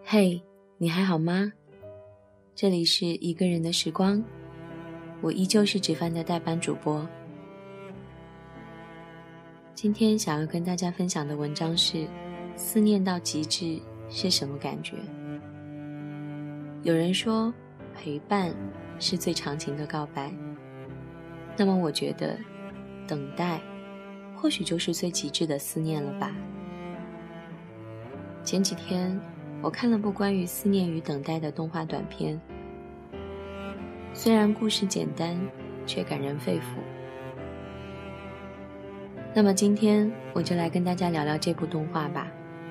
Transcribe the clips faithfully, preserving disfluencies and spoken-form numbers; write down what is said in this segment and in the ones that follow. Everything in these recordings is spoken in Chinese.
嘿，你还好吗？这里是一个人的时光，我依旧是直帆的代班主播。今天想要跟大家分享的文章是：思念到极致是什么感觉？有人说，陪伴是最长情的告白。那么我觉得，等待或许就是最极致的思念了吧。前几天我看了部关于思念与等待的动画短片，虽然故事简单，却感人肺腑。那么今天我就来跟大家聊聊这部动画吧。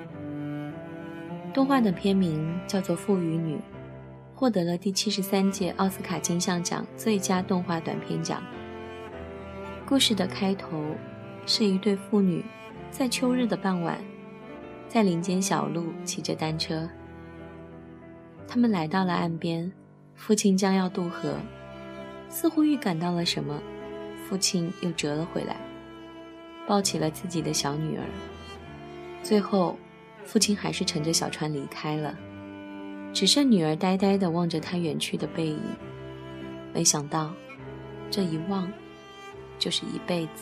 动画的片名叫做《父与女》，获得了第七十三届奥斯卡金像奖最佳动画短片奖。故事的开头是一对父女在秋日的傍晚，在林间小路骑着单车。他们来到了岸边，父亲将要渡河，似乎预感到了什么，父亲又折了回来，抱起了自己的小女儿。最后父亲还是乘着小船离开了，只剩女儿呆呆地望着他远去的背影。没想到这一望就是一辈子。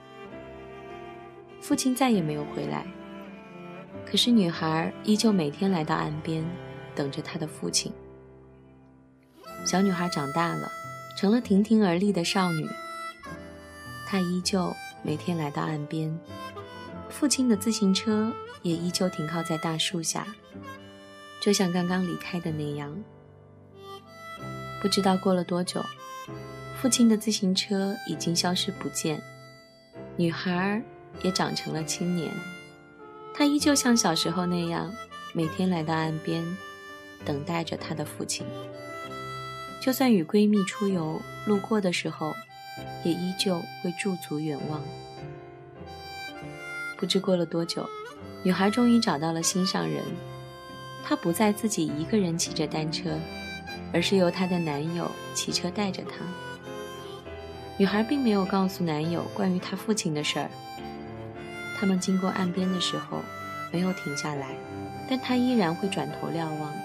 父亲再也没有回来，可是女孩依旧每天来到岸边，等着她的父亲。小女孩长大了，成了亭亭而立的少女，她依旧每天来到岸边，父亲的自行车也依旧停靠在大树下，就像刚刚离开的那样。不知道过了多久，父亲的自行车已经消失不见，女孩也长成了青年。她依旧像小时候那样，每天来到岸边，等待着她的父亲。就算与闺蜜出游路过的时候，也依旧会驻足远望。不知过了多久，女孩终于找到了心上人。她不再自己一个人骑着单车，而是由她的男友骑车带着她。女孩并没有告诉男友关于她父亲的事儿。他们经过岸边的时候没有停下来，但她依然会转头瞭望。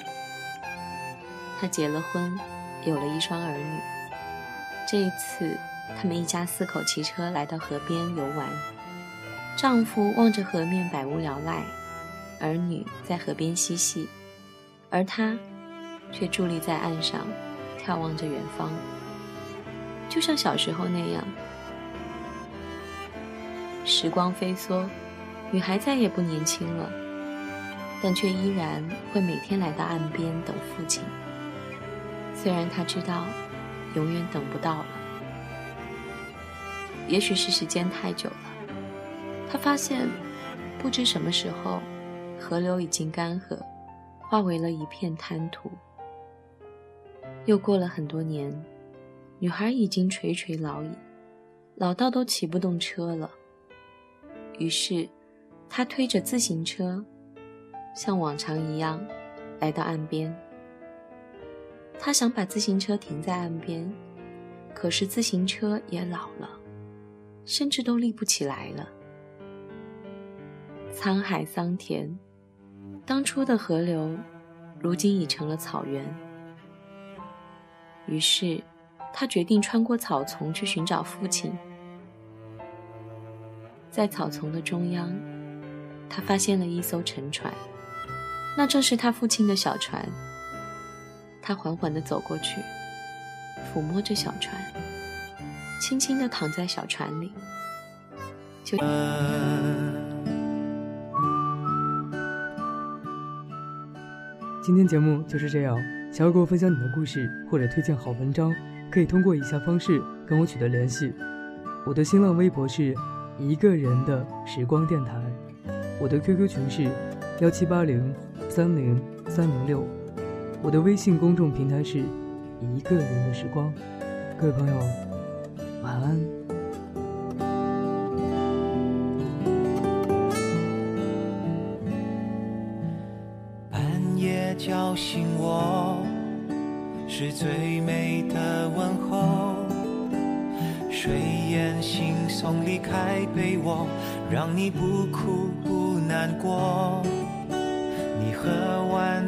她结了婚，有了一双儿女。这一次他们一家四口骑车来到河边游玩，丈夫望着河面百无聊赖，儿女在河边嬉戏，而她却伫立在岸上眺望着远方，就像小时候那样。时光飞梭，女孩再也不年轻了，但却依然会每天来到岸边等父亲。虽然她知道永远等不到了，也许是时间太久了，她发现不知什么时候河流已经干涸，化为了一片滩涂。又过了很多年，女孩已经垂垂老矣，老到都骑不动车了。于是她推着自行车，像往常一样来到岸边。她想把自行车停在岸边，可是自行车也老了，甚至都立不起来了。沧海桑田，当初的河流如今已成了草原。于是她决定穿过草丛去寻找父亲。在草丛的中央，她发现了一艘沉船，那正是她父亲的小船。她缓缓地走过去，抚摸着小船，轻轻地躺在小船里。就今天节目就是这样，想要跟我分享你的故事或者推荐好文章，可以通过以下方式跟我取得联系。我的新浪微博是一个人的时光电台，我的 Q Q 群是幺七八零三零三零六，我的微信公众平台是一个人的时光。各位朋友，晚安。 半夜叫醒我，是最美的问候。睡眼惺忪离开被窝，让你不哭不难过。你喝完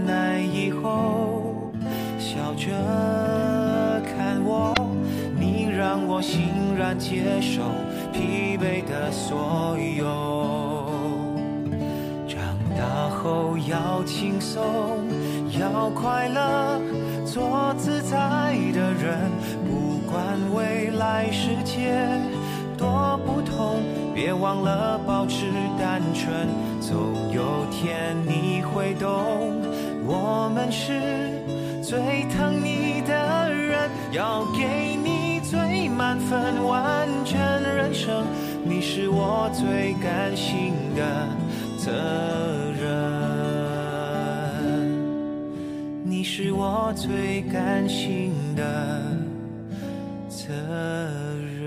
我欣然接受疲惫的所有。长大后要轻松，要快乐，做自在的人，不管未来世界多不同，别忘了保持单纯，总有天你会懂，我们是最疼你的人，要给你最满分完全人生，你是我最甘心的责任，你是我最甘心的责任。